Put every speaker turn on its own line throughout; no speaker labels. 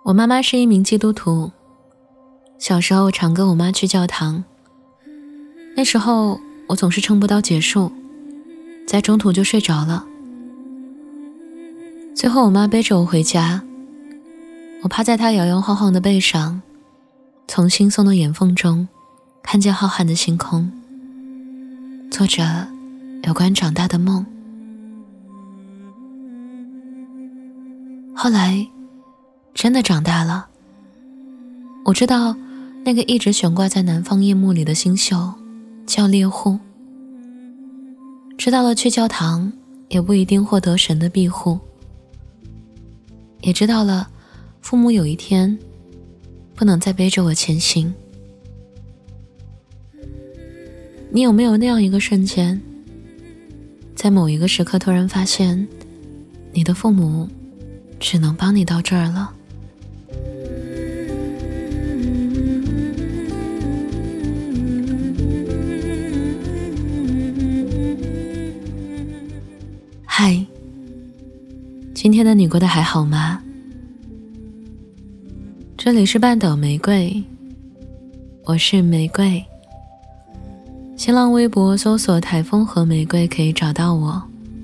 我妈妈是一名基督徒，小时候常跟我妈去教堂。那时候我总是撑不到结束，在中途就睡着了。最后我妈背着我回家，我趴在她摇摇晃晃的背上，从惺忪的眼缝中看见浩瀚的星空，做着有关长大的梦。后来真的长大了，我知道那个一直悬挂在南方夜幕里的星宿叫猎户，知道了去教堂也不一定获得神的庇护，也知道了父母有一天不能再背着我前行。你有没有那样一个瞬间，在某一个时刻突然发现你的父母只能帮你到这儿了？嗨，今天的你过得还好吗？这里是半岛玫瑰，我是玫瑰。新浪微博搜索台风和玫瑰可以找到我。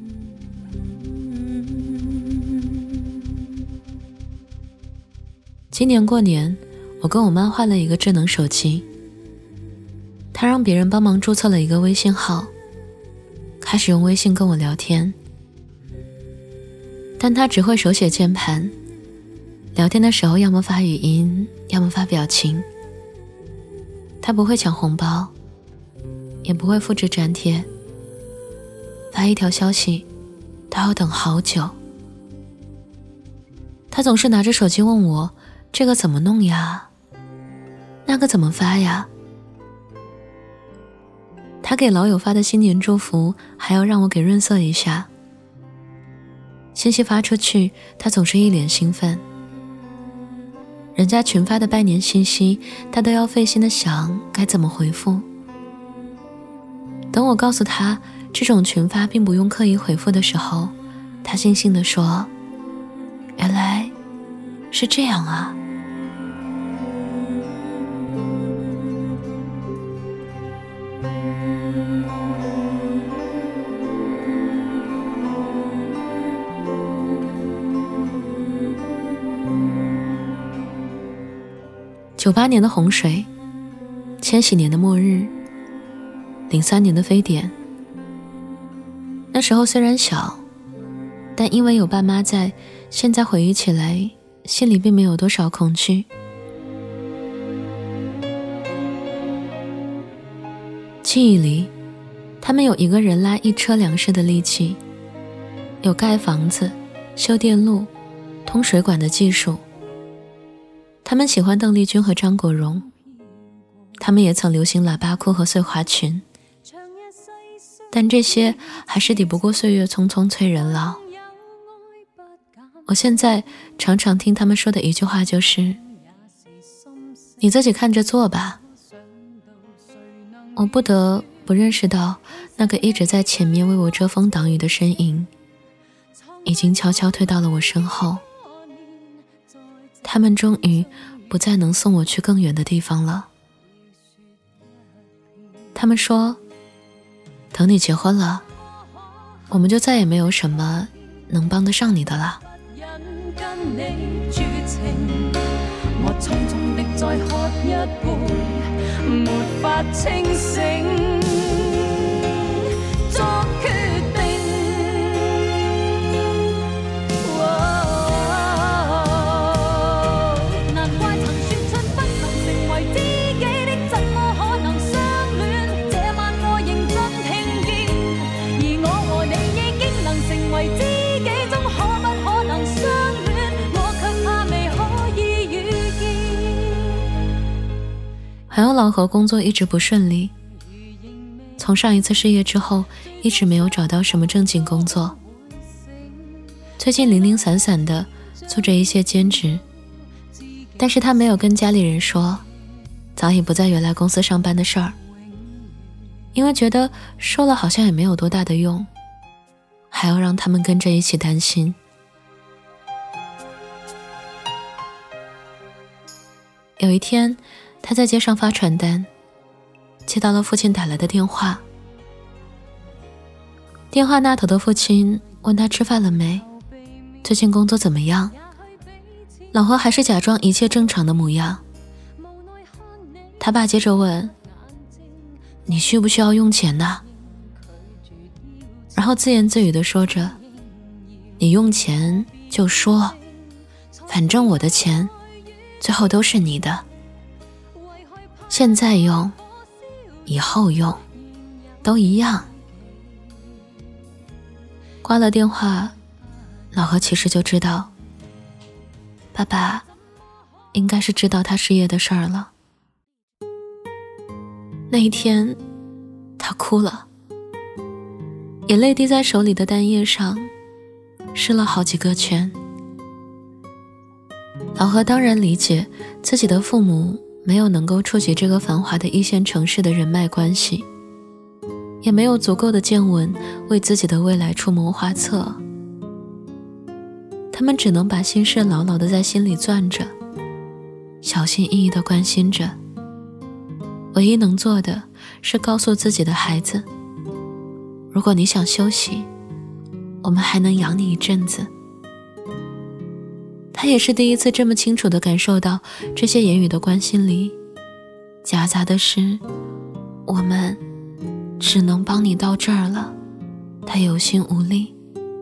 今年过年，我跟我妈换了一个智能手机，她让别人帮忙注册了一个微信号，开始用微信跟我聊天。但她只会手写键盘，聊天的时候要么发语音，要么发表情。她不会抢红包，也不会复制粘贴，发一条消息都要等好久。她总是拿着手机问我，这个怎么弄呀？那个怎么发呀？她给老友发的新年祝福还要让我给润色一下。信息发出去，她总是一脸兴奋。人家群发的拜年信息，她都要费心的想该怎么回复。等我告诉她这种群发并不用刻意回复的时候，她悻悻地说，原来是这样啊。98年的洪水，千禧年的末日，03年的非典。那时候虽然小，但因为有爸妈在，现在回忆起来，心里并没有多少恐惧。记忆里，他们有一个人拉一车粮食的力气，有盖房子、修电路、通水管的技术。他们喜欢邓丽君和张国荣，他们也曾流行喇叭裤和碎花裙，但这些还是抵不过岁月匆匆催人老。我现在常常听他们说的一句话就是，你自己看着做吧。我不得不认识到，那个一直在前面为我遮风挡雨的身影，已经悄悄退到了我身后。他们终于不再能送我去更远的地方了。他们说，等你结婚了，我们就再也没有什么能帮得上你的了。我匆匆地再喝一杯，沒法清醒作決定。難怪曾說出不能成為知己的，怎麼可能相戀？這晚我認真聽見，而我和你已經能成為知己，怎可不可能相戀？我卻怕未可以遇見。還有老何工作一直不順利，從上一次失業之後一直沒有找到什麼正經工作，最近零零散散的做着一些兼職，但是他沒有跟家裡人說早已不在原來公司上班的事兒，因為覺得說了好像也沒有多大的用，還要讓他們跟着一起擔心。 有一天，他在街上发传单，接到了父亲打来的电话。电话那头的父亲问他吃饭了没，最近工作怎么样。老何还是假装一切正常的模样。他爸接着问，你需不需要用钱呢？然后自言自语地说着，你用钱就说，反正我的钱最后都是你的，现在用以后用都一样。挂了电话，老何其实就知道，爸爸应该是知道他失业的事儿了。那一天他哭了，眼泪滴在手里的单页上，湿了好几个圈。老何当然理解自己的父母没有能够触及这个繁华的一线城市的人脉关系，也没有足够的见闻为自己的未来出谋划策，他们只能把心事牢牢地在心里攥着，小心翼翼地关心着。唯一能做的是告诉自己的孩子，如果你想休息，我们还能养你一阵子。他也是第一次这么清楚地感受到，这些言语的关心里夹杂的是，我们只能帮你到这儿了。他有心无力。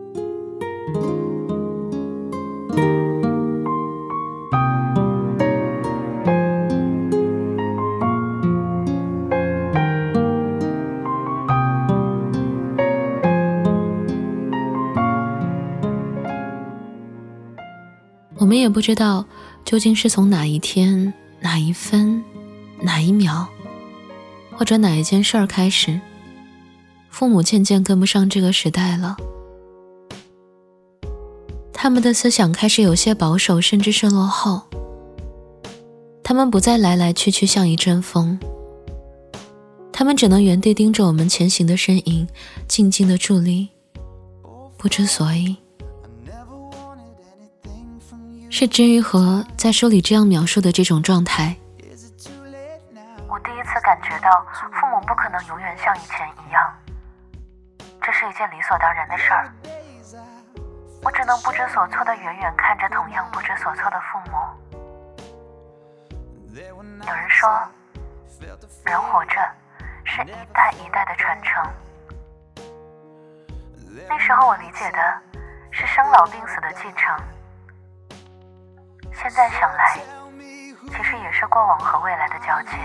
我们也不知道究竟是从哪一天、哪一分、哪一秒，或者哪一件事儿开始，父母渐渐跟不上这个时代了。他们的思想开始有些保守，甚至是落后。他们不再来来去去像一阵风，他们只能原地盯着我们前行的身影，静静的伫立，不知所以。是知愈合在书里这样描述的这种状态。
我第一次感觉到父母不可能永远像以前一样，这是一件理所当然的事儿。我只能不知所措地远远看着同样不知所措的父母。有人说，人活着是一代一代的传承。那时候我理解的是生老病死的继承，现在想来，其实也是过往和未来的交接。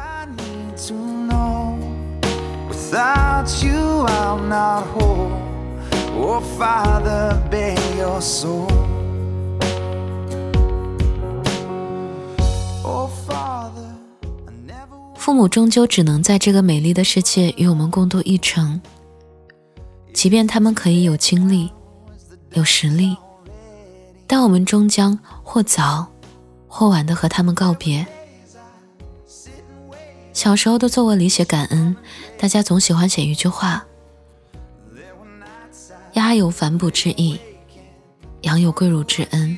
父母终究只能在这个美丽的世界与我们共度一程，即便他们可以有精力、有实力，但我们终将或早或晚地和他们告别。小时候的作文里写感恩，大家总喜欢写一句话：鸭有反哺之意，羊有跪乳之恩。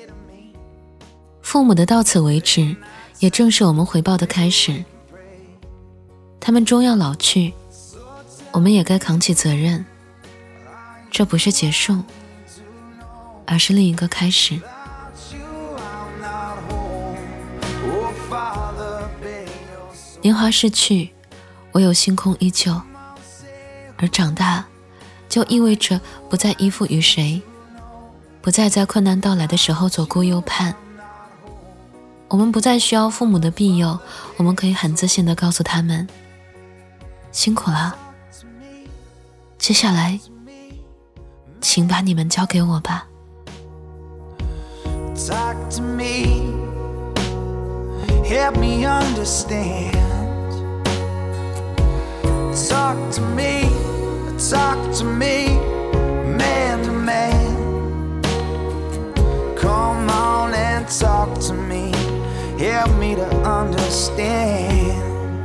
父母的到此为止，也正是我们回报的开始。他们终要老去，我们也该扛起责任。这不是结束，而是另一个开始。年华逝去，唯有星空依旧。而长大，就意味着不再依附于谁，不再在困难到来的时候左顾右盼。我们不再需要父母的庇佑，我们可以很自信地告诉他们，辛苦了，接下来请把你们交给我吧。
Talk to me, help me understand. Talk to me, man to man. Come on and talk to me, help me to understand.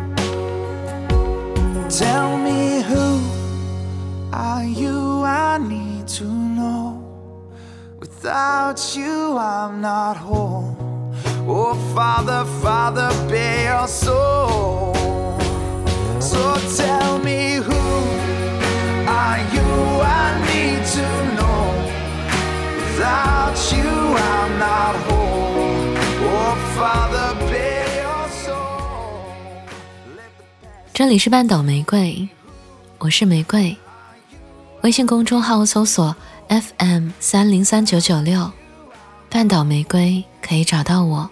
Tell me who are you, I need to know. Without you I'm not whole. Oh, Father, Father, bare your soul. So tell me, who are you? I need to know. Without you, I'm not whole. Oh, Father, bare your soul.
这里是半岛玫瑰，我是玫瑰。微信公众号搜索 FM303996，半岛玫瑰可以找到我。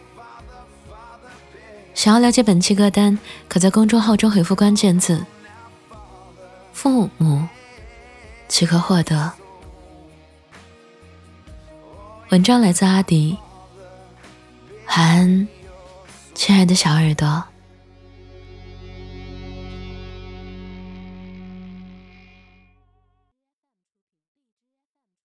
想要了解本期歌单，可在公众号中回复关键字父母即可获得。文章来自阿迪。晚安，亲爱的小耳朵。